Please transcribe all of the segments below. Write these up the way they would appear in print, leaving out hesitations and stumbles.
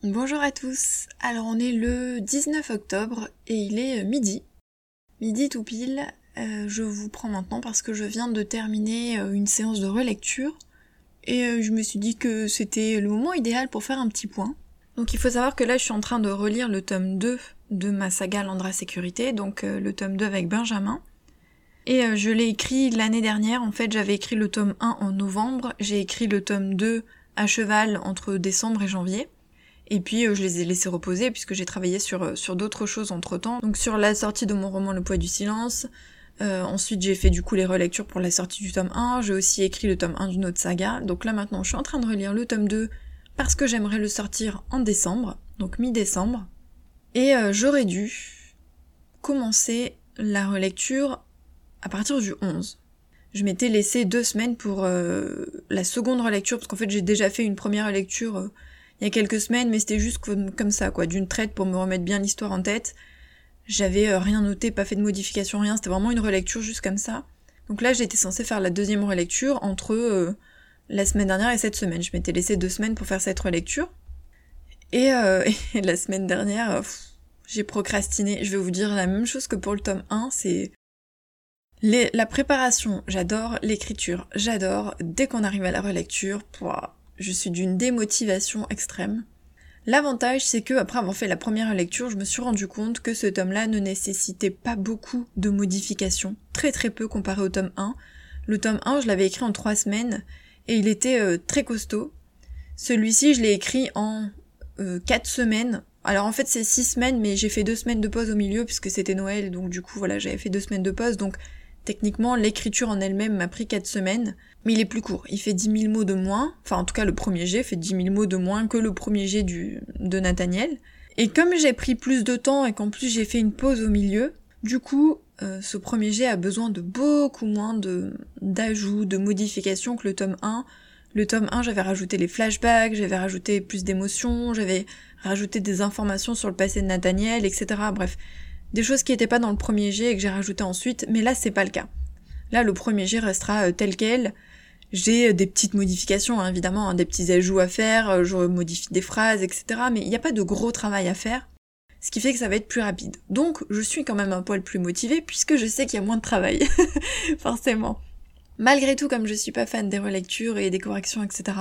Bonjour à tous, alors on est le 19 octobre et il est midi tout pile. Je vous prends maintenant parce que je viens de terminer une séance de relecture et je me suis dit que c'était le moment idéal pour faire un petit point. Donc il faut savoir que là je suis en train de relire le tome 2 de ma saga Landra Sécurité, donc le tome 2 avec Benjamin. Et je l'ai écrit l'année dernière, en fait j'avais écrit le tome 1 en novembre, j'ai écrit le tome 2 à cheval entre décembre et janvier. Et puis je les ai laissés reposer puisque j'ai travaillé sur d'autres choses entre-temps. Donc sur la sortie de mon roman Le poids du silence, ensuite j'ai fait du coup les relectures pour la sortie du tome 1, j'ai aussi écrit le tome 1 d'une autre saga. Donc là maintenant je suis en train de relire le tome 2 parce que j'aimerais le sortir en décembre, donc mi-décembre. Et j'aurais dû commencer la relecture à partir du 11. Je m'étais laissé 2 semaines pour la seconde relecture parce qu'en fait j'ai déjà fait une première lecture il y a quelques semaines, mais c'était juste comme ça, quoi, d'une traite pour me remettre bien l'histoire en tête. J'avais rien noté, pas fait de modification, rien, c'était vraiment une relecture juste comme ça. Donc là, j'étais censée faire la deuxième relecture entre la semaine dernière et cette semaine. Je m'étais laissé 2 semaines pour faire cette relecture. Et la semaine dernière, j'ai procrastiné. Je vais vous dire la même chose que pour le tome 1, c'est... La préparation, j'adore, l'écriture, j'adore. Dès qu'on arrive à la relecture, je suis d'une démotivation extrême. L'avantage, c'est que après avoir fait la première lecture, je me suis rendu compte que ce tome-là ne nécessitait pas beaucoup de modifications, très très peu comparé au tome 1. Le tome 1, je l'avais écrit en 3 semaines, et il était très costaud. Celui-ci, je l'ai écrit en 4 semaines. Alors en fait, c'est 6 semaines, mais j'ai fait 2 semaines de pause au milieu, puisque c'était Noël, donc du coup, voilà, j'avais fait 2 semaines de pause, donc techniquement, l'écriture en elle-même m'a pris 4 semaines, mais il est plus court. Il fait 10 000 mots de moins, enfin en tout cas le premier jet fait 10 000 mots de moins que le premier jet de Nathaniel. Et comme j'ai pris plus de temps et qu'en plus j'ai fait une pause au milieu, du coup, ce premier jet a besoin de beaucoup moins d'ajouts, de modifications que le tome 1. Le tome 1, j'avais rajouté les flashbacks, j'avais rajouté plus d'émotions, j'avais rajouté des informations sur le passé de Nathaniel, etc. Bref, des choses qui étaient pas dans le premier jet et que j'ai rajouté ensuite, mais là c'est pas le cas. Là le premier jet restera tel quel. J'ai des petites modifications, hein, évidemment, des petits ajouts à faire, je modifie des phrases, etc. Mais il n'y a pas de gros travail à faire, ce qui fait que ça va être plus rapide. Donc je suis quand même un poil plus motivée puisque je sais qu'il y a moins de travail, forcément. Malgré tout, comme je suis pas fan des relectures et des corrections, etc.,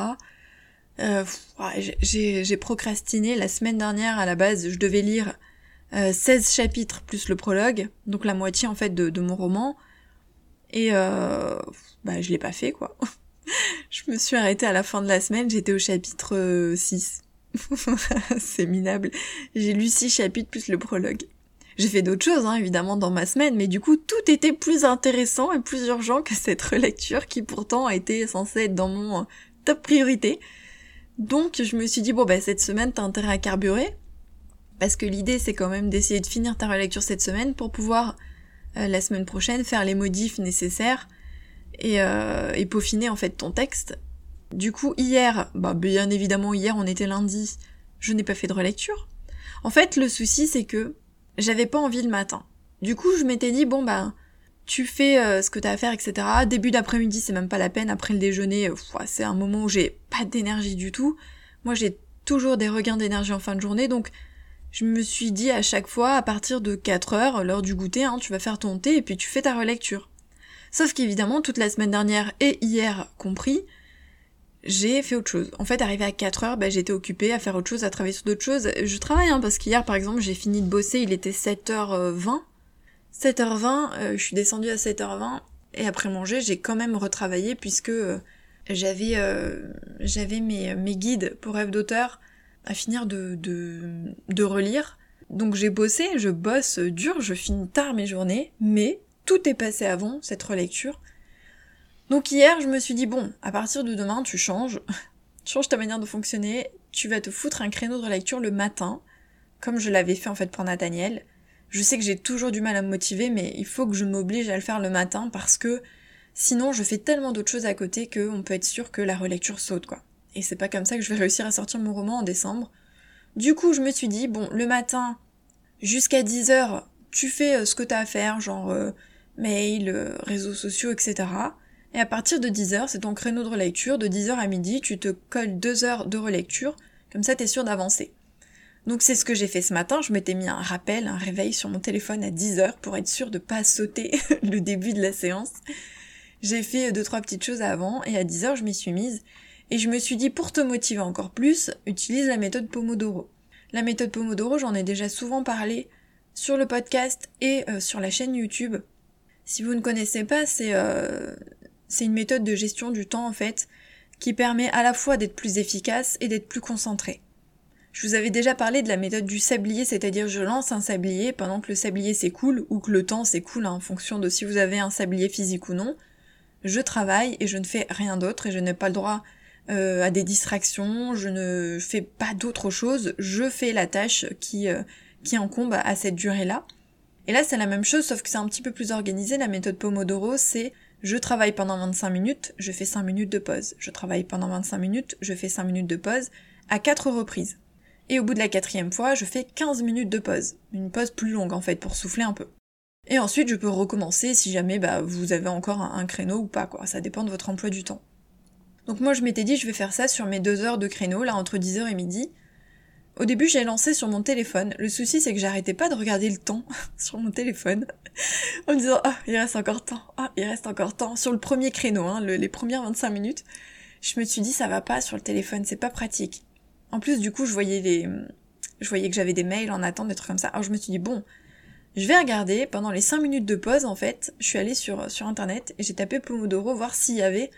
j'ai procrastiné. La semaine dernière, à la base, je devais lire 16 chapitres plus le prologue, donc la moitié en fait de mon roman, et je l'ai pas fait quoi. Je me suis arrêtée à la fin de la semaine, j'étais au chapitre 6. C'est minable. J'ai lu 6 chapitres plus le prologue. J'ai fait d'autres choses, hein, évidemment, dans ma semaine, mais du coup, tout était plus intéressant et plus urgent que cette relecture qui pourtant était censée être dans mon top priorité. Donc, je me suis dit, cette semaine, t'as intérêt à carburer. Parce que l'idée, c'est quand même d'essayer de finir ta relecture cette semaine pour pouvoir, la semaine prochaine, faire les modifs nécessaires et peaufiner, en fait, ton texte. Du coup, hier, bien évidemment, hier, on était lundi, je n'ai pas fait de relecture. En fait, le souci, c'est que j'avais pas envie le matin. Du coup, je m'étais dit, tu fais ce que t'as à faire, etc. Début d'après-midi, c'est même pas la peine. Après le déjeuner, c'est un moment où j'ai pas d'énergie du tout. Moi, j'ai toujours des regains d'énergie en fin de journée, donc je me suis dit à chaque fois, à partir de 4 heures, l'heure du goûter, tu vas faire ton thé et puis tu fais ta relecture. Sauf qu'évidemment, toute la semaine dernière et hier compris, j'ai fait autre chose. En fait, arrivé à 4 heures, j'étais occupée à faire autre chose, à travailler sur d'autres choses. Je travaille, parce qu'hier, par exemple, j'ai fini de bosser, il était 7h20. 7h20, je suis descendue à 7h20, et après manger, j'ai quand même retravaillé, puisque j'avais mes guides pour rêve d'auteur à finir de relire. Donc j'ai bossé, je bosse dur, je finis tard mes journées, mais tout est passé avant cette relecture. Donc hier, je me suis dit, à partir de demain, tu changes ta manière de fonctionner, tu vas te foutre un créneau de relecture le matin, comme je l'avais fait en fait pour Nathaniel. Je sais que j'ai toujours du mal à me motiver, mais il faut que je m'oblige à le faire le matin, parce que sinon je fais tellement d'autres choses à côté qu'on peut être sûr que la relecture saute, quoi. Et c'est pas comme ça que je vais réussir à sortir mon roman en décembre. Du coup, je me suis dit, le matin, jusqu'à 10h, tu fais ce que t'as à faire, genre mail, réseaux sociaux, etc. Et à partir de 10h, c'est ton créneau de relecture, de 10h à midi, tu te colles 2 heures de relecture, comme ça t'es sûr d'avancer. Donc c'est ce que j'ai fait ce matin, je m'étais mis un rappel, un réveil sur mon téléphone à 10h pour être sûre de pas sauter le début de la séance. J'ai fait 2-3 petites choses avant et à 10h je m'y suis mise et je me suis dit pour te motiver encore plus, utilise la méthode Pomodoro. La méthode Pomodoro, j'en ai déjà souvent parlé sur le podcast et sur la chaîne YouTube. Si vous ne connaissez pas, c'est une méthode de gestion du temps en fait qui permet à la fois d'être plus efficace et d'être plus concentré. Je vous avais déjà parlé de la méthode du sablier, c'est-à-dire je lance un sablier pendant que le sablier s'écoule, ou que le temps s'écoule en fonction de si vous avez un sablier physique ou non. Je travaille et je ne fais rien d'autre et je n'ai pas le droit à des distractions, je ne fais pas d'autre chose, je fais la tâche qui incombe à cette durée-là. Et là c'est la même chose sauf que c'est un petit peu plus organisé, la méthode Pomodoro c'est je travaille pendant 25 minutes, je fais 5 minutes de pause. Je travaille pendant 25 minutes, je fais 5 minutes de pause, à 4 reprises. Et au bout de la 4e fois, je fais 15 minutes de pause. Une pause plus longue en fait, pour souffler un peu. Et ensuite, je peux recommencer si jamais vous avez encore un créneau ou pas, quoi. Ça dépend de votre emploi du temps. Donc moi, je m'étais dit, je vais faire ça sur mes 2 heures de créneau, là, entre 10h et midi. Au début, j'ai lancé sur mon téléphone. Le souci, c'est que j'arrêtais pas de regarder le temps sur mon téléphone. En me disant, il reste encore temps, il reste encore temps. Sur le premier créneau, les premières 25 minutes, je me suis dit, ça va pas sur le téléphone, c'est pas pratique. En plus, du coup, je voyais que j'avais des mails en attente, des trucs comme ça. Alors je me suis dit, bon, je vais regarder, pendant les 5 minutes de pause, en fait, je suis allée sur internet et j'ai tapé Pomodoro, voir s'il y avait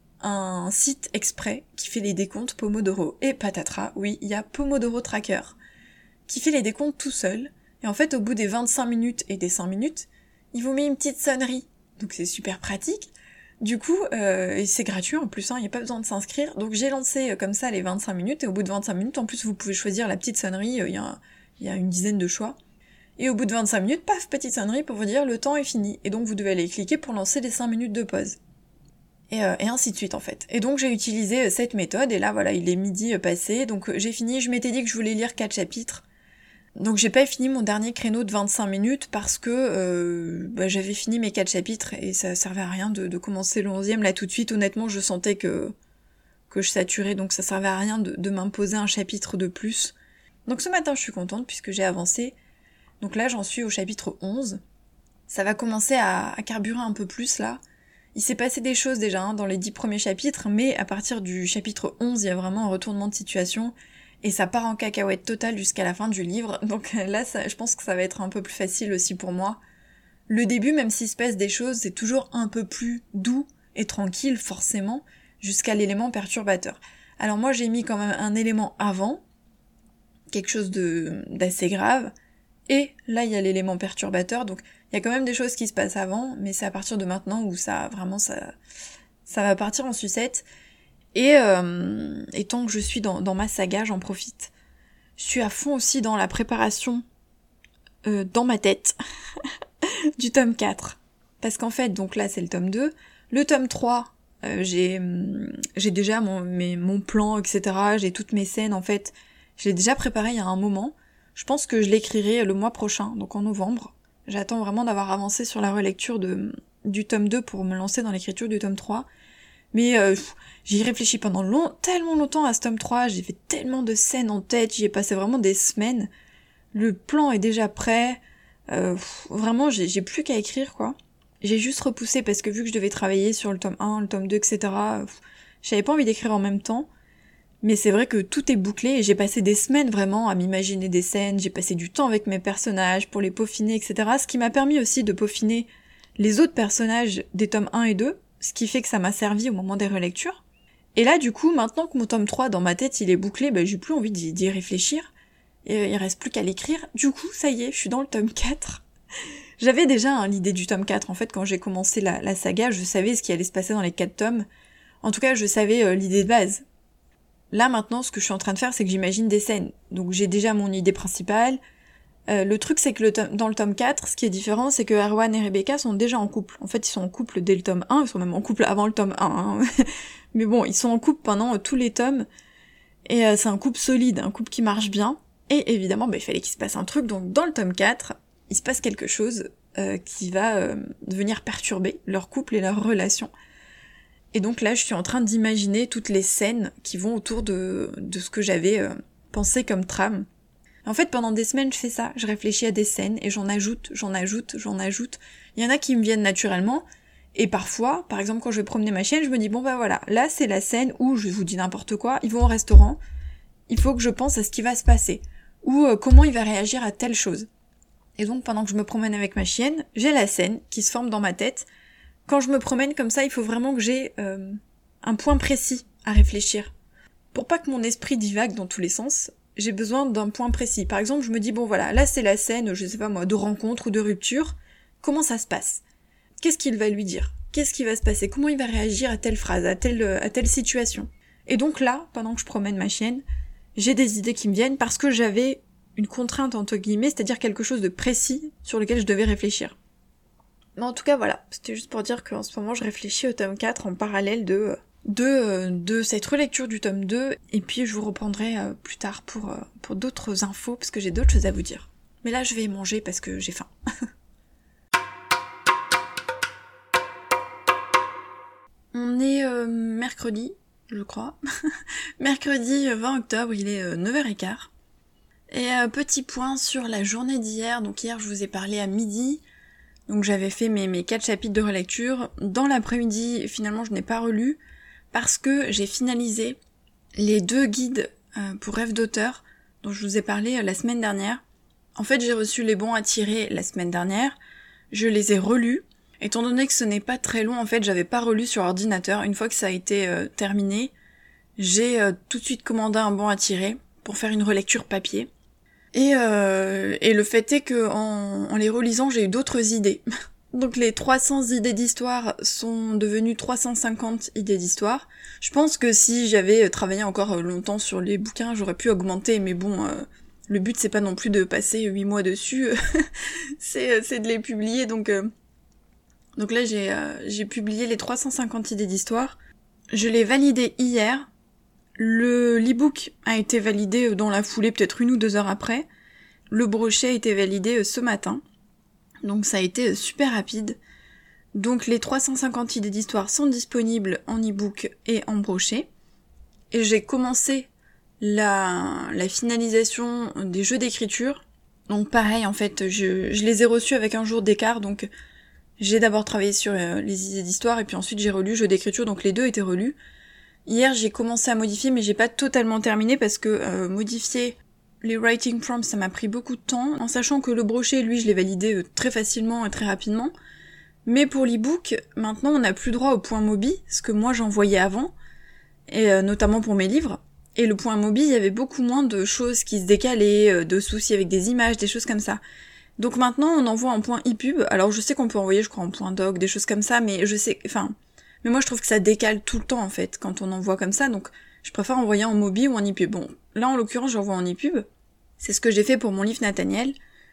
un site exprès qui fait les décomptes Pomodoro. Et patatras, oui, il y a Pomodoro Tracker, qui fait les décomptes tout seul. Et en fait, au bout des 25 minutes et des 5 minutes, il vous met une petite sonnerie. Donc c'est super pratique. Du coup, et c'est gratuit en plus, il n'y a pas besoin de s'inscrire. Donc j'ai lancé comme ça les 25 minutes, et au bout de 25 minutes, en plus vous pouvez choisir la petite sonnerie, il y a une dizaine de choix. Et au bout de 25 minutes, paf, petite sonnerie pour vous dire le temps est fini. Et donc vous devez aller cliquer pour lancer les 5 minutes de pause. Et ainsi de suite en fait. Et donc j'ai utilisé cette méthode, et là voilà, il est midi passé, donc j'ai fini, je m'étais dit que je voulais lire 4 chapitres. Donc j'ai pas fini mon dernier créneau de 25 minutes parce que j'avais fini mes 4 chapitres et ça servait à rien de commencer le 11e là tout de suite. Honnêtement, je sentais que je saturais, donc ça servait à rien de m'imposer un chapitre de plus. Donc ce matin je suis contente puisque j'ai avancé. Donc là j'en suis au chapitre 11. Ça va commencer à carburer un peu plus là. Il s'est passé des choses déjà dans les 10 premiers chapitres, mais à partir du chapitre 11, il y a vraiment un retournement de situation. Et ça part en cacahuète totale jusqu'à la fin du livre, donc là je pense que ça va être un peu plus facile aussi pour moi. Le début, même s'il se passe des choses, c'est toujours un peu plus doux et tranquille forcément, jusqu'à l'élément perturbateur. Alors moi j'ai mis quand même un élément avant, quelque chose d'assez grave, et là il y a l'élément perturbateur, donc il y a quand même des choses qui se passent avant, mais c'est à partir de maintenant où ça va partir en sucette. Et tant que je suis dans ma saga, j'en profite. Je suis à fond aussi dans la préparation, dans ma tête, du tome 4. Parce qu'en fait, donc là c'est le tome 2. Le tome 3, j'ai déjà mon plan, etc. J'ai toutes mes scènes, en fait. Je l'ai déjà préparé il y a un moment. Je pense que je l'écrirai le mois prochain, donc en novembre. J'attends vraiment d'avoir avancé sur la relecture du tome 2 pour me lancer dans l'écriture du tome 3. Mais j'y réfléchis pendant tellement longtemps à ce tome 3, j'ai fait tellement de scènes en tête, j'y ai passé vraiment des semaines. Le plan est déjà prêt, vraiment j'ai plus qu'à écrire quoi. J'ai juste repoussé parce que vu que je devais travailler sur le tome 1, le tome 2, etc., j'avais pas envie d'écrire en même temps. Mais c'est vrai que tout est bouclé et j'ai passé des semaines vraiment à m'imaginer des scènes, j'ai passé du temps avec mes personnages pour les peaufiner, etc. Ce qui m'a permis aussi de peaufiner les autres personnages des tomes 1 et 2, ce qui fait que ça m'a servi au moment des relectures. Et là, du coup, maintenant que mon tome 3 dans ma tête, il est bouclé, j'ai plus envie d'y réfléchir. Et il reste plus qu'à l'écrire. Du coup, ça y est, je suis dans le tome 4. J'avais déjà l'idée du tome 4. En fait, quand j'ai commencé la saga, je savais ce qui allait se passer dans les 4 tomes. En tout cas, je savais l'idée de base. Là, maintenant, ce que je suis en train de faire, c'est que j'imagine des scènes. Donc j'ai déjà mon idée principale. Le truc, c'est que dans le tome 4, ce qui est différent, c'est que Erwan et Rebecca sont déjà en couple. En fait, ils sont en couple dès le tome 1, ils sont même en couple avant le tome 1. Mais bon, ils sont en couple pendant tous les tomes. Et c'est un couple solide, un couple qui marche bien. Et évidemment, il fallait qu'il se passe un truc. Donc dans le tome 4, il se passe quelque chose qui va venir perturber leur couple et leur relation. Et donc là, je suis en train d'imaginer toutes les scènes qui vont autour de ce que j'avais pensé comme trame. En fait, pendant des semaines, je fais ça. Je réfléchis à des scènes et j'en ajoute. Il y en a qui me viennent naturellement. Et parfois, par exemple, quand je vais promener ma chienne, je me dis, bon bah voilà, là c'est la scène où, je vous dis n'importe quoi, ils vont au restaurant, il faut que je pense à ce qui va se passer. Ou comment il va réagir à telle chose. Et donc, pendant que je me promène avec ma chienne, j'ai la scène qui se forme dans ma tête. Quand je me promène comme ça, il faut vraiment que j'ai un point précis à réfléchir. Pour pas que mon esprit divague dans tous les sens, j'ai besoin d'un point précis. Par exemple, je me dis, bon voilà, là c'est la scène, je sais pas moi, de rencontre ou de rupture. Comment ça se passe ? Qu'est-ce qu'il va lui dire ? Qu'est-ce qui va se passer ? Comment il va réagir à telle phrase, à telle situation ? Et donc là, pendant que je promène ma chienne, j'ai des idées qui me viennent parce que j'avais une contrainte entre guillemets, c'est-à-dire quelque chose de précis sur lequel je devais réfléchir. Mais en tout cas voilà, c'était juste pour dire qu'en ce moment je réfléchis au tome 4 en parallèle de cette relecture du tome 2, et puis je vous reprendrai plus tard pour d'autres infos, parce que j'ai d'autres choses à vous dire. Mais là je vais manger parce que j'ai faim. On est mercredi, je crois. Mercredi 20 octobre, il est 9h15. Et petit point sur la journée d'hier. Donc hier, je vous ai parlé à midi. Donc j'avais fait mes 4 chapitres de relecture. Dans l'après-midi, finalement, je n'ai pas relu parce que j'ai finalisé les 2 guides pour rêve d'auteur dont je vous ai parlé la semaine dernière. En fait, j'ai reçu les bons à tirer la semaine dernière. Je les ai relus. Étant donné que ce n'est pas très long, en fait, j'avais pas relu sur ordinateur. Une fois que ça a été terminé, j'ai tout de suite commandé un bon à tirer pour faire une relecture papier. Et le fait est que en les relisant, j'ai eu d'autres idées. Donc les 300 idées d'histoire sont devenues 350 idées d'histoire. Je pense que si j'avais travaillé encore longtemps sur les bouquins, j'aurais pu augmenter, mais bon, le but c'est pas non plus de passer 8 mois dessus, c'est de les publier, donc là j'ai publié les 350 idées d'histoire. Je l'ai validé hier. L'e-book a été validé dans la foulée, peut-être 1 ou 2 heures après. Le brochet a été validé ce matin. Donc ça a été super rapide. Donc les 350 idées d'histoire sont disponibles en e-book et en brochet. Et j'ai commencé la finalisation des jeux d'écriture. Donc pareil, en fait, je les ai reçus avec un jour d'écart, donc j'ai d'abord travaillé sur les idées d'histoire et puis ensuite j'ai relu jeux d'écriture, donc les 2 étaient relus. Hier, j'ai commencé à modifier, mais j'ai pas totalement terminé parce que modifier les writing prompts, ça m'a pris beaucoup de temps, en sachant que le brochet, lui, je l'ai validé très facilement et très rapidement. Mais pour l'e-book, maintenant, on n'a plus droit au point Mobi, ce que moi j'envoyais avant, et notamment pour mes livres. Et le point Mobi, il y avait beaucoup moins de choses qui se décalaient, de soucis avec des images, des choses comme ça. Donc maintenant, on envoie en point ePub. Alors je sais qu'on peut envoyer, je crois, en point doc, des choses comme ça, mais mais moi je trouve que ça décale tout le temps en fait quand on envoie comme ça, donc je préfère envoyer en Mobi ou en ePub. Bon, là en l'occurrence j'envoie en ePub, c'est ce que j'ai fait pour mon livre Nathaniel,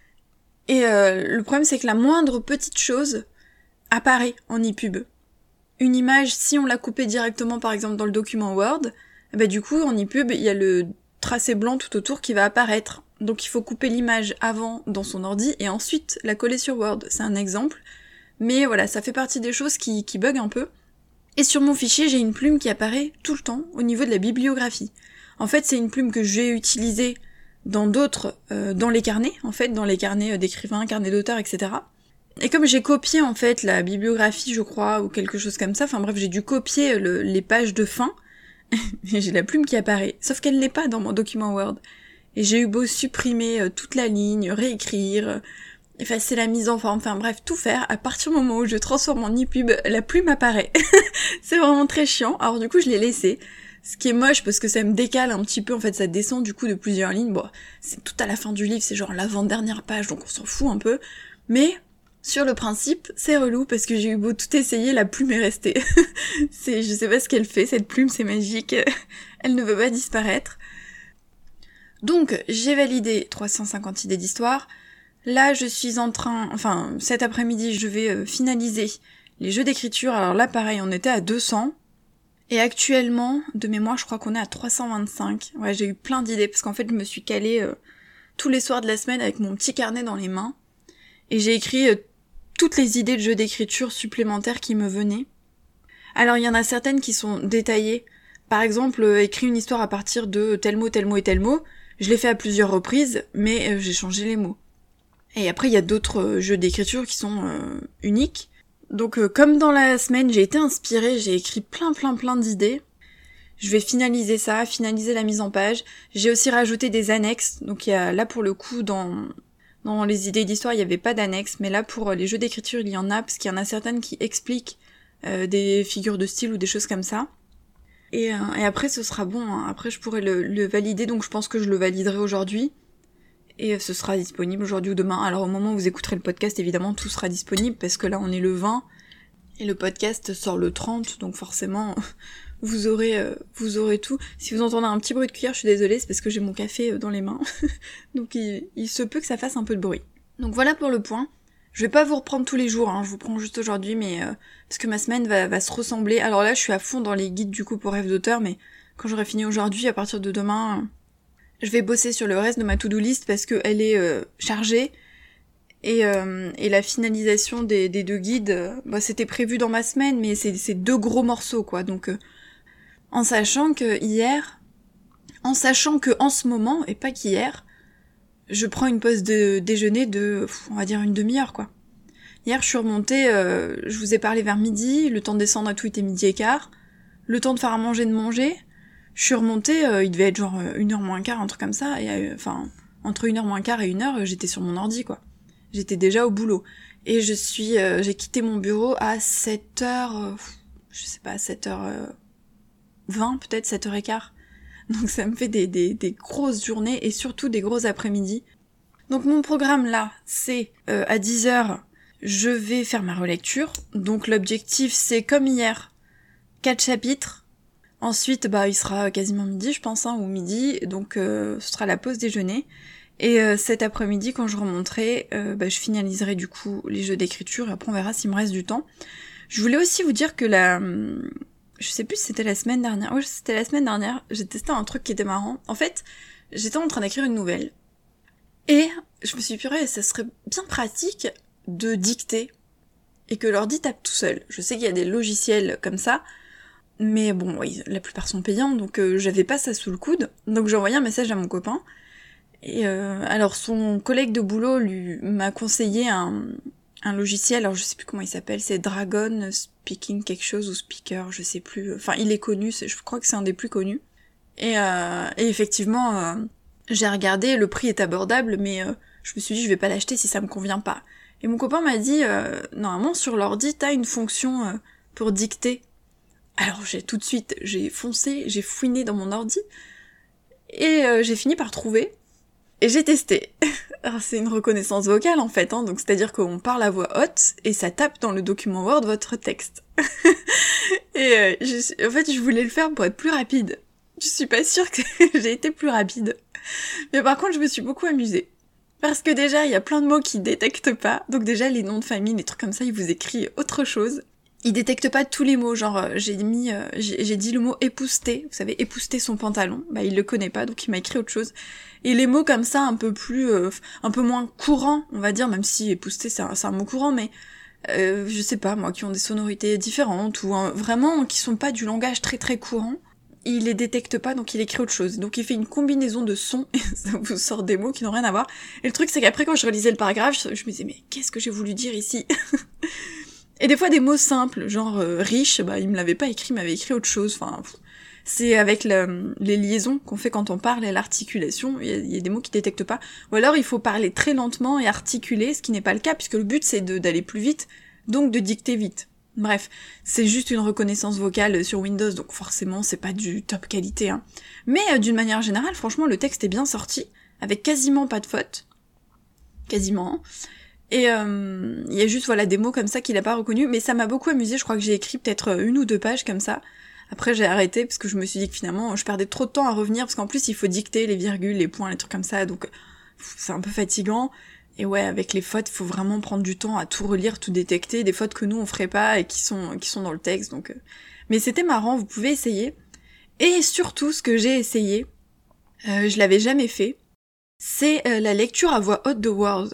et le problème c'est que la moindre petite chose apparaît en ePub. Une image, si on l'a coupée directement par exemple dans le document Word, du coup en ePub il y a le tracé blanc tout autour qui va apparaître, donc il faut couper l'image avant dans son ordi et ensuite la coller sur Word, c'est un exemple, mais voilà, ça fait partie des choses qui bug un peu. Et sur mon fichier, j'ai une plume qui apparaît tout le temps au niveau de la bibliographie. En fait, c'est une plume que j'ai utilisée dans d'autres, dans les carnets, en fait, dans les carnets d'écrivains, carnets d'auteurs, etc. Et comme j'ai copié, en fait, la bibliographie, je crois, ou quelque chose comme ça, enfin bref, j'ai dû copier les pages de fin, et j'ai la plume qui apparaît. Sauf qu'elle n'est pas dans mon document Word. Et j'ai eu beau supprimer toute la ligne, réécrire, effacer la mise en forme, enfin bref, tout faire, à partir du moment où je transforme en ePub, la plume apparaît. C'est vraiment très chiant, alors du coup je l'ai laissé, ce qui est moche parce que ça me décale un petit peu, en fait ça descend du coup de plusieurs lignes, bon, c'est tout à la fin du livre, c'est genre l'avant-dernière page, donc on s'en fout un peu, mais sur le principe, c'est relou parce que j'ai eu beau tout essayer, la plume est restée. Je sais pas ce qu'elle fait, cette plume, c'est magique, elle ne veut pas disparaître. Donc, j'ai validé 350 idées d'histoire. Là, je suis en train, cet après-midi, je vais finaliser les jeux d'écriture. Alors là, pareil, on était à 200. Et actuellement, de mémoire, je crois qu'on est à 325. Ouais, j'ai eu plein d'idées, parce qu'en fait, je me suis calée tous les soirs de la semaine avec mon petit carnet dans les mains. Et j'ai écrit toutes les idées de jeux d'écriture supplémentaires qui me venaient. Alors, il y en a certaines qui sont détaillées. Par exemple, écrire une histoire à partir de tel mot et tel mot. Je l'ai fait à plusieurs reprises, mais j'ai changé les mots. Et après, il y a d'autres jeux d'écriture qui sont uniques. Donc comme dans la semaine, j'ai été inspirée, j'ai écrit plein d'idées. Je vais finaliser ça, finaliser la mise en page. J'ai aussi rajouté des annexes. Donc il y a là pour le coup dans les idées d'histoire, il n'y avait pas d'annexes, mais là pour les jeux d'écriture, il y en a, parce qu'il y en a certaines qui expliquent des figures de style ou des choses comme ça. Et après ce sera bon, hein. Après je pourrai le valider, donc je pense que je le validerai aujourd'hui. Et ce sera disponible aujourd'hui ou demain. Alors au moment où vous écouterez le podcast, évidemment, tout sera disponible, parce que là on est le 20, et le podcast sort le 30, donc forcément, vous aurez tout. Si vous entendez un petit bruit de cuillère, je suis désolée, c'est parce que j'ai mon café dans les mains. Donc il se peut que ça fasse un peu de bruit. Donc voilà pour le point. Je vais pas vous reprendre tous les jours, hein, je vous prends juste aujourd'hui, mais parce que ma semaine va se ressembler. Alors là, je suis à fond dans les guides du coup pour rêve d'auteur, mais quand j'aurai fini aujourd'hui, à partir de demain, je vais bosser sur le reste de ma to-do list parce que elle est chargée. Et la finalisation des 2 guides, c'était prévu dans ma semaine, mais c'est 2 gros morceaux, quoi. Donc, en sachant que en ce moment, et pas qu'hier, je prends une pause de déjeuner de, on va dire, une demi-heure, quoi. Hier, je suis remontée, je vous ai parlé vers midi, le temps de descendre à tout était 12h15, le temps de faire à manger, de manger. Je suis remontée, il devait être genre 1h moins quart, un truc comme ça, et entre 1h moins quart et 1h, j'étais sur mon ordi, quoi. J'étais déjà au boulot. Et j'ai quitté mon bureau à 7h, je sais pas, 7h20, peut-être 7h15. Donc ça me fait des grosses journées et surtout des gros après-midi. Donc mon programme là, c'est à 10h, je vais faire ma relecture. Donc l'objectif, c'est comme hier, 4 chapitres. Ensuite, il sera quasiment midi, je pense, ou midi. Donc ce sera la pause déjeuner. Et cet après-midi, quand je remonterai, je finaliserai du coup les jeux d'écriture, et après on verra s'il me reste du temps. Je voulais aussi vous dire que je sais plus si c'était la semaine dernière. Oui, c'était la semaine dernière, j'ai testé un truc qui était marrant. En fait, j'étais en train d'écrire une nouvelle. Et je me suis dit, purée, ça serait bien pratique de dicter, et que l'ordi tape tout seul. Je sais qu'il y a des logiciels comme ça, mais bon, oui, la plupart sont payants, donc j'avais pas ça sous le coude. Donc j'ai envoyé un message à mon copain, et alors son collègue de boulot m'a conseillé un logiciel, alors je sais plus comment il s'appelle, c'est Dragon Speaking quelque chose ou Speaker, je sais plus, enfin il est connu, je crois que c'est un des plus connus. Et effectivement, j'ai regardé, le prix est abordable, mais je me suis dit je vais pas l'acheter si ça me convient pas. Et mon copain m'a dit, normalement sur l'ordi t'as une fonction pour dicter. Alors j'ai foncé, j'ai fouiné dans mon ordi, et j'ai fini par trouver. Et j'ai testé. Alors c'est une reconnaissance vocale en fait, donc c'est-à-dire qu'on parle à voix haute et ça tape dans le document Word votre texte. Et en fait je voulais le faire pour être plus rapide. Je suis pas sûre que j'ai été plus rapide. Mais par contre je me suis beaucoup amusée. Parce que déjà il y a plein de mots qui détectent pas, donc déjà les noms de famille, les trucs comme ça, il vous écrit autre chose. Il détecte pas tous les mots, genre j'ai dit le mot épousseter, vous savez, épousseter son pantalon, il le connaît pas, donc il m'a écrit autre chose. Et les mots comme ça, un peu moins courants, on va dire, même si épousseter c'est un mot courant, mais je sais pas moi, qui ont des sonorités différentes, ou vraiment qui sont pas du langage très très courant, il les détecte pas, donc il écrit autre chose. Donc il fait une combinaison de sons, et ça vous sort des mots qui n'ont rien à voir. Et le truc c'est qu'après quand je relisais le paragraphe, je me disais mais qu'est-ce que j'ai voulu dire ici? Et des fois des mots simples, genre riche, il me l'avait pas écrit, il m'avait écrit autre chose, c'est avec les liaisons qu'on fait quand on parle et l'articulation, il y a des mots qui détectent pas. Ou alors il faut parler très lentement et articuler, ce qui n'est pas le cas, puisque le but c'est d'aller plus vite, donc de dicter vite. Bref, c'est juste une reconnaissance vocale sur Windows, donc forcément c'est pas du top qualité, hein. Mais d'une manière générale, franchement le texte est bien sorti, avec quasiment pas de fautes. Quasiment. Et il y a juste des mots comme ça qu'il a pas reconnu, mais ça m'a beaucoup amusé, je crois que j'ai écrit peut-être 1 ou 2 pages comme ça. Après j'ai arrêté parce que je me suis dit que finalement je perdais trop de temps à revenir, parce qu'en plus il faut dicter les virgules, les points, les trucs comme ça, donc c'est un peu fatigant. Et ouais, avec les fautes, il faut vraiment prendre du temps à tout relire, tout détecter, des fautes que nous on ferait pas et qui sont dans le texte, donc mais c'était marrant, vous pouvez essayer. Et surtout ce que j'ai essayé, je l'avais jamais fait, c'est la lecture à voix haute de Word.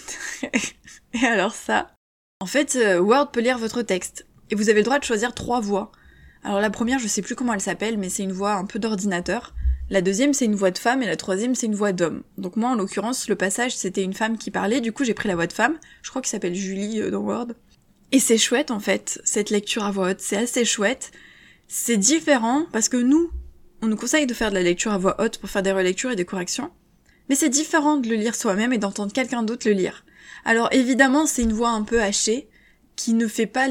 Et alors ça, en fait, Word peut lire votre texte, et vous avez le droit de choisir 3 voix. Alors la première, je sais plus comment elle s'appelle, mais c'est une voix un peu d'ordinateur, La deuxième, c'est une voix de femme, et la troisième, c'est une voix d'homme. Donc moi, en l'occurrence, le passage, c'était une femme qui parlait, du coup, j'ai pris la voix de femme. Je crois qu'il s'appelle Julie dans Word. Et c'est chouette, en fait, cette lecture à voix haute. C'est assez chouette. C'est différent, parce que nous, on nous conseille de faire de la lecture à voix haute pour faire des relectures et des corrections. Mais c'est différent de le lire soi-même et d'entendre quelqu'un d'autre le lire. Alors évidemment, c'est une voix un peu hachée, qui ne fait pas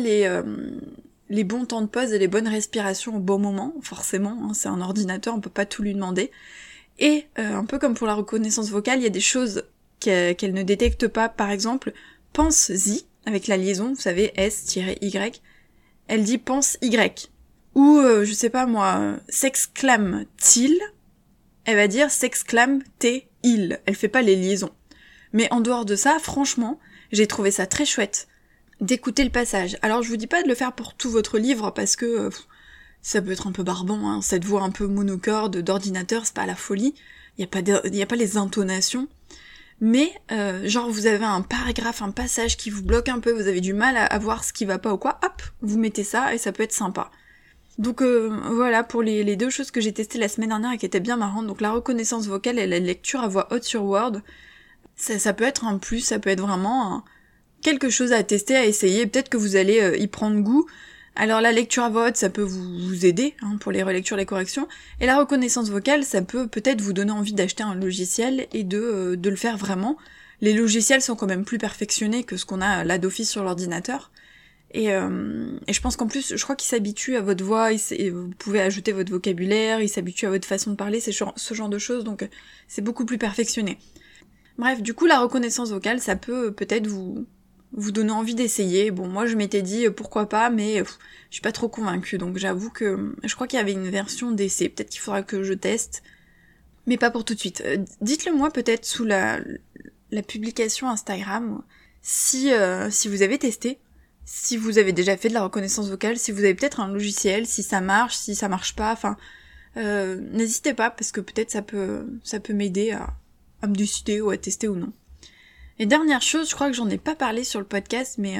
les bons temps de pause et les bonnes respirations au bon moment, forcément, hein, c'est un ordinateur, on peut pas tout lui demander. Et un peu comme pour la reconnaissance vocale, il y a des choses qu'elle ne détecte pas, par exemple, pense-y, avec la liaison, vous savez, S-Y, elle dit pense-Y. Ou, je sais pas moi, s'exclame-t-il, elle va dire s'exclame-t-il, elle fait pas les liaisons. Mais en dehors de ça, franchement, j'ai trouvé ça très chouette d'écouter le passage. Alors je vous dis pas de le faire pour tout votre livre, parce que ça peut être un peu barbant, hein, cette voix un peu monocorde d'ordinateur, c'est pas la folie, y a pas les intonations, mais genre vous avez un paragraphe, un passage qui vous bloque un peu, vous avez du mal à voir ce qui va pas ou quoi, hop, vous mettez ça et ça peut être sympa. Donc voilà pour les deux choses que j'ai testées la semaine dernière et qui étaient bien marrantes, donc la reconnaissance vocale et la lecture à voix haute sur Word, ça peut être un plus, ça peut être vraiment quelque chose à tester, à essayer, peut-être que vous allez y prendre goût. Alors la lecture à voix haute, ça peut vous aider hein, pour les relectures, les corrections, et la reconnaissance vocale, ça peut peut-être vous donner envie d'acheter un logiciel et de le faire vraiment. Les logiciels sont quand même plus perfectionnés que ce qu'on a là d'office sur l'ordinateur, et je pense qu'en plus, je crois qu'ils s'habituent à votre voix, et vous pouvez ajouter votre vocabulaire, ils s'habituent à votre façon de parler, c'est ce genre de choses, donc c'est beaucoup plus perfectionné. Bref, du coup la reconnaissance vocale, ça peut peut-être vous donner envie d'essayer. Bon, moi je m'étais dit pourquoi pas, mais je suis pas trop convaincue, donc j'avoue que je crois qu'il y avait une version d'essai, peut-être qu'il faudra que je teste, mais pas pour tout de suite. Dites-le moi peut-être sous la publication Instagram, si vous avez testé, si vous avez déjà fait de la reconnaissance vocale, si vous avez peut-être un logiciel, si ça marche, si ça marche pas, enfin, n'hésitez pas, parce que peut-être ça peut m'aider à me décider ou à tester ou non. Et dernière chose, je crois que j'en ai pas parlé sur le podcast, mais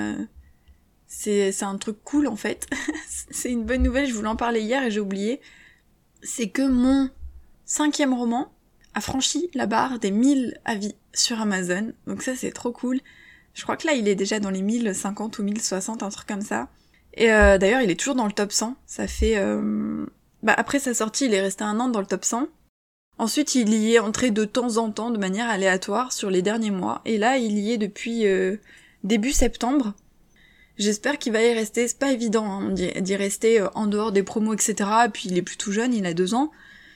c'est un truc cool en fait. C'est une bonne nouvelle, je voulais en parler hier et j'ai oublié. C'est que mon 5e roman a franchi la barre des 1000 avis sur Amazon. Donc ça c'est trop cool. Je crois que là il est déjà dans les 1050 ou 1060, un truc comme ça. Et d'ailleurs il est toujours dans le top 100. Ça fait... après sa sortie il est resté 1 an dans le top 100. Ensuite, il y est entré de temps en temps, de manière aléatoire, sur les derniers mois. Et là, il y est depuis début septembre. J'espère qu'il va y rester. C'est pas évident hein, d'y rester en dehors des promos, etc. Et puis, il est plus tout jeune, il a 2 ans.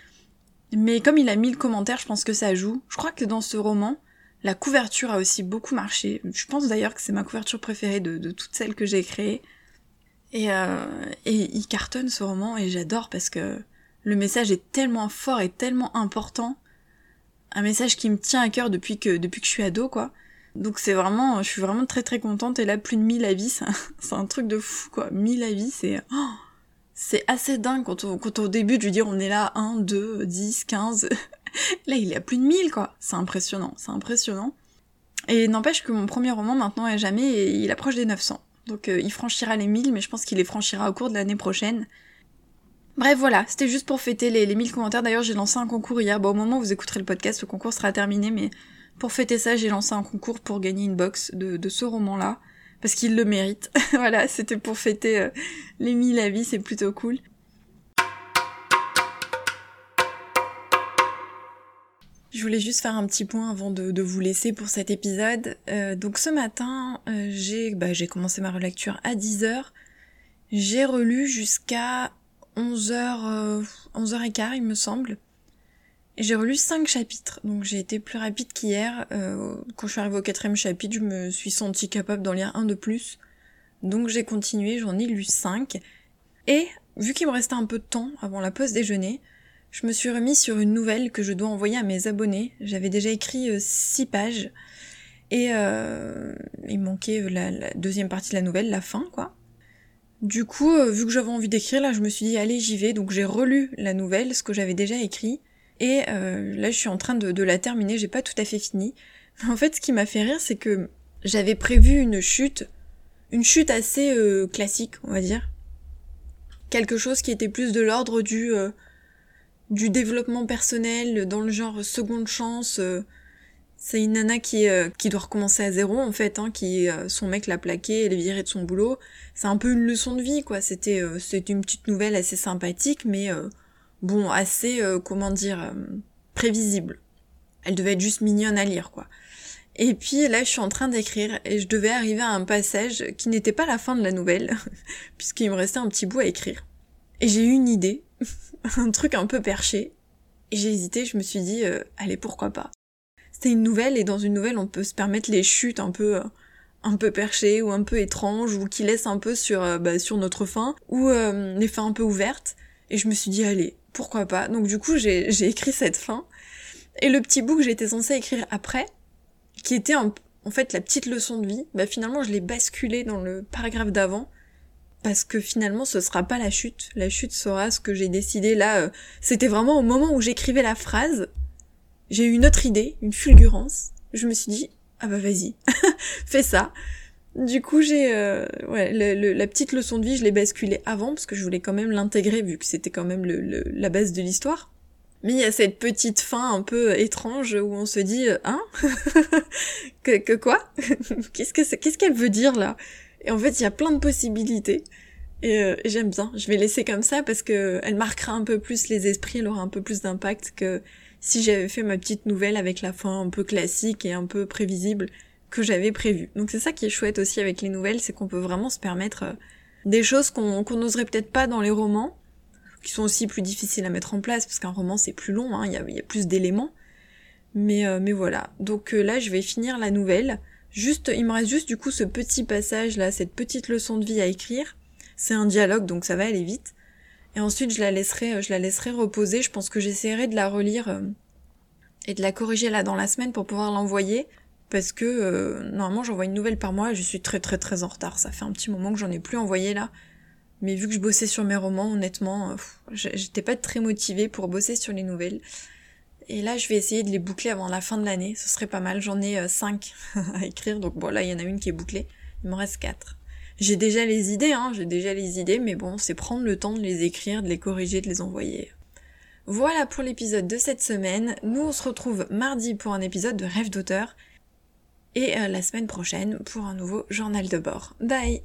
Mais comme il a 1000 commentaires, je pense que ça joue. Je crois que dans ce roman, la couverture a aussi beaucoup marché. Je pense d'ailleurs que c'est ma couverture préférée de toutes celles que j'ai créées. Et il cartonne ce roman, et j'adore parce que... le message est tellement fort et tellement important. Un message qui me tient à cœur depuis que je suis ado, quoi. Donc je suis vraiment très très contente. Et là, plus de 1000 avis, c'est un truc de fou, quoi. 1000 avis, c'est assez dingue quand au début, je veux dire, on est là, 1, 2, 10, 15. Là, il y a plus de 1000, quoi. C'est impressionnant. Et n'empêche que mon premier roman, maintenant et jamais, il approche des 900. Donc il franchira les 1000, mais je pense qu'il les franchira au cours de l'année prochaine. Bref, voilà, c'était juste pour fêter les 1000 commentaires. D'ailleurs, j'ai lancé un concours hier. Bon, au moment où vous écouterez le podcast, le concours sera terminé, mais pour fêter ça, j'ai lancé un concours pour gagner une box de ce roman-là, parce qu'il le mérite. Voilà, c'était pour fêter les 1000 avis, c'est plutôt cool. Je voulais juste faire un petit point avant de vous laisser pour cet épisode. Donc ce matin, j'ai commencé ma relecture à 10h. J'ai relu jusqu'à 11h15 il me semble. Et j'ai relu 5 chapitres, donc j'ai été plus rapide qu'hier. Quand je suis arrivée au 4e chapitre, je me suis sentie capable d'en lire un de plus. Donc j'ai continué, j'en ai lu 5. Et vu qu'il me restait un peu de temps avant la pause déjeuner, je me suis remise sur une nouvelle que je dois envoyer à mes abonnés. J'avais déjà écrit 6 pages. Et il manquait la deuxième partie de la nouvelle, la fin, quoi. Du coup, vu que j'avais envie d'écrire, là, je me suis dit, allez, j'y vais. Donc j'ai relu la nouvelle, ce que j'avais déjà écrit. Et là, je suis en train de la terminer, j'ai pas tout à fait fini. Mais en fait, ce qui m'a fait rire, c'est que j'avais prévu une chute assez classique, on va dire. Quelque chose qui était plus de l'ordre du du développement personnel dans le genre seconde chance. C'est une nana qui doit recommencer à zéro en fait, qui son mec l'a plaqué, elle est virée de son boulot. C'est un peu une leçon de vie quoi. C'était une petite nouvelle assez sympathique, mais bon assez prévisible. Elle devait être juste mignonne à lire quoi. Et puis là je suis en train d'écrire et je devais arriver à un passage qui n'était pas la fin de la nouvelle puisqu'il me restait un petit bout à écrire. Et j'ai eu une idée, un truc un peu perché. Et j'ai hésité, je me suis dit allez pourquoi pas. C'était une nouvelle, et dans une nouvelle, on peut se permettre les chutes un peu perchées, ou un peu étranges, ou qui laissent un peu sur notre fin, ou les fins un peu ouvertes. Et je me suis dit, allez, pourquoi pas. Donc du coup, j'ai écrit cette fin. Et le petit bout que j'étais censée écrire après, qui était en fait la petite leçon de vie, finalement, je l'ai basculé dans le paragraphe d'avant, parce que finalement, ce sera pas la chute. La chute sera ce que j'ai décidé là. C'était vraiment au moment où j'écrivais la phrase, j'ai eu une autre idée, une fulgurance. Je me suis dit, ah bah vas-y, fais ça. Du coup, j'ai la petite leçon de vie, je l'ai basculée avant, parce que je voulais quand même l'intégrer, vu que c'était quand même la base de l'histoire. Mais il y a cette petite fin un peu étrange, où on se dit, que quoi Qu'est-ce qu'elle veut dire, là? Et en fait, il y a plein de possibilités. Et j'aime bien, je vais laisser comme ça, parce que elle marquera un peu plus les esprits, elle aura un peu plus d'impact que si j'avais fait ma petite nouvelle avec la fin un peu classique et un peu prévisible que j'avais prévu. Donc c'est ça qui est chouette aussi avec les nouvelles, c'est qu'on peut vraiment se permettre des choses qu'on n'oserait peut-être pas dans les romans, qui sont aussi plus difficiles à mettre en place, parce qu'un roman c'est plus long, il y a plus d'éléments. Mais voilà, donc là je vais finir la nouvelle. Il me reste juste du coup ce petit passage là, cette petite leçon de vie à écrire. C'est un dialogue, donc ça va aller vite. Et ensuite, je la laisserai reposer. Je pense que j'essaierai de la relire et de la corriger là dans la semaine pour pouvoir l'envoyer. Parce que normalement, j'envoie une nouvelle par mois et je suis très très très en retard. Ça fait un petit moment que j'en ai plus envoyé là. Mais vu que je bossais sur mes romans, honnêtement, j'étais pas très motivée pour bosser sur les nouvelles. Et là, je vais essayer de les boucler avant la fin de l'année. Ce serait pas mal. J'en ai 5 à écrire. Donc bon, là, il y en a une qui est bouclée. Il m'en reste 4. J'ai déjà les idées, mais bon, c'est prendre le temps de les écrire, de les corriger, de les envoyer. Voilà pour l'épisode de cette semaine. Nous, on se retrouve mardi pour un épisode de Rêve d'auteur, et la semaine prochaine pour un nouveau journal de bord. Bye!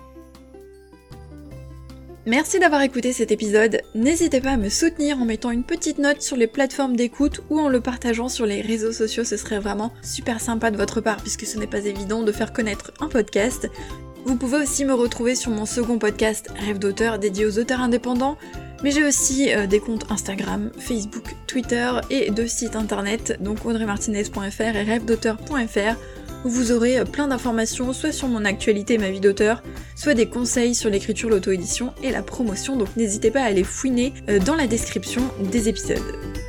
Merci d'avoir écouté cet épisode. N'hésitez pas à me soutenir en mettant une petite note sur les plateformes d'écoute ou en le partageant sur les réseaux sociaux, ce serait vraiment super sympa de votre part puisque ce n'est pas évident de faire connaître un podcast. Vous pouvez aussi me retrouver sur mon second podcast Rêve d'auteur dédié aux auteurs indépendants, mais j'ai aussi des comptes Instagram, Facebook, Twitter et 2 sites internet, donc audreymartinez.fr et rêvedauteur.fr, où vous aurez plein d'informations soit sur mon actualité et ma vie d'auteur, soit des conseils sur l'écriture, l'auto-édition et la promotion, donc n'hésitez pas à aller fouiner dans la description des épisodes.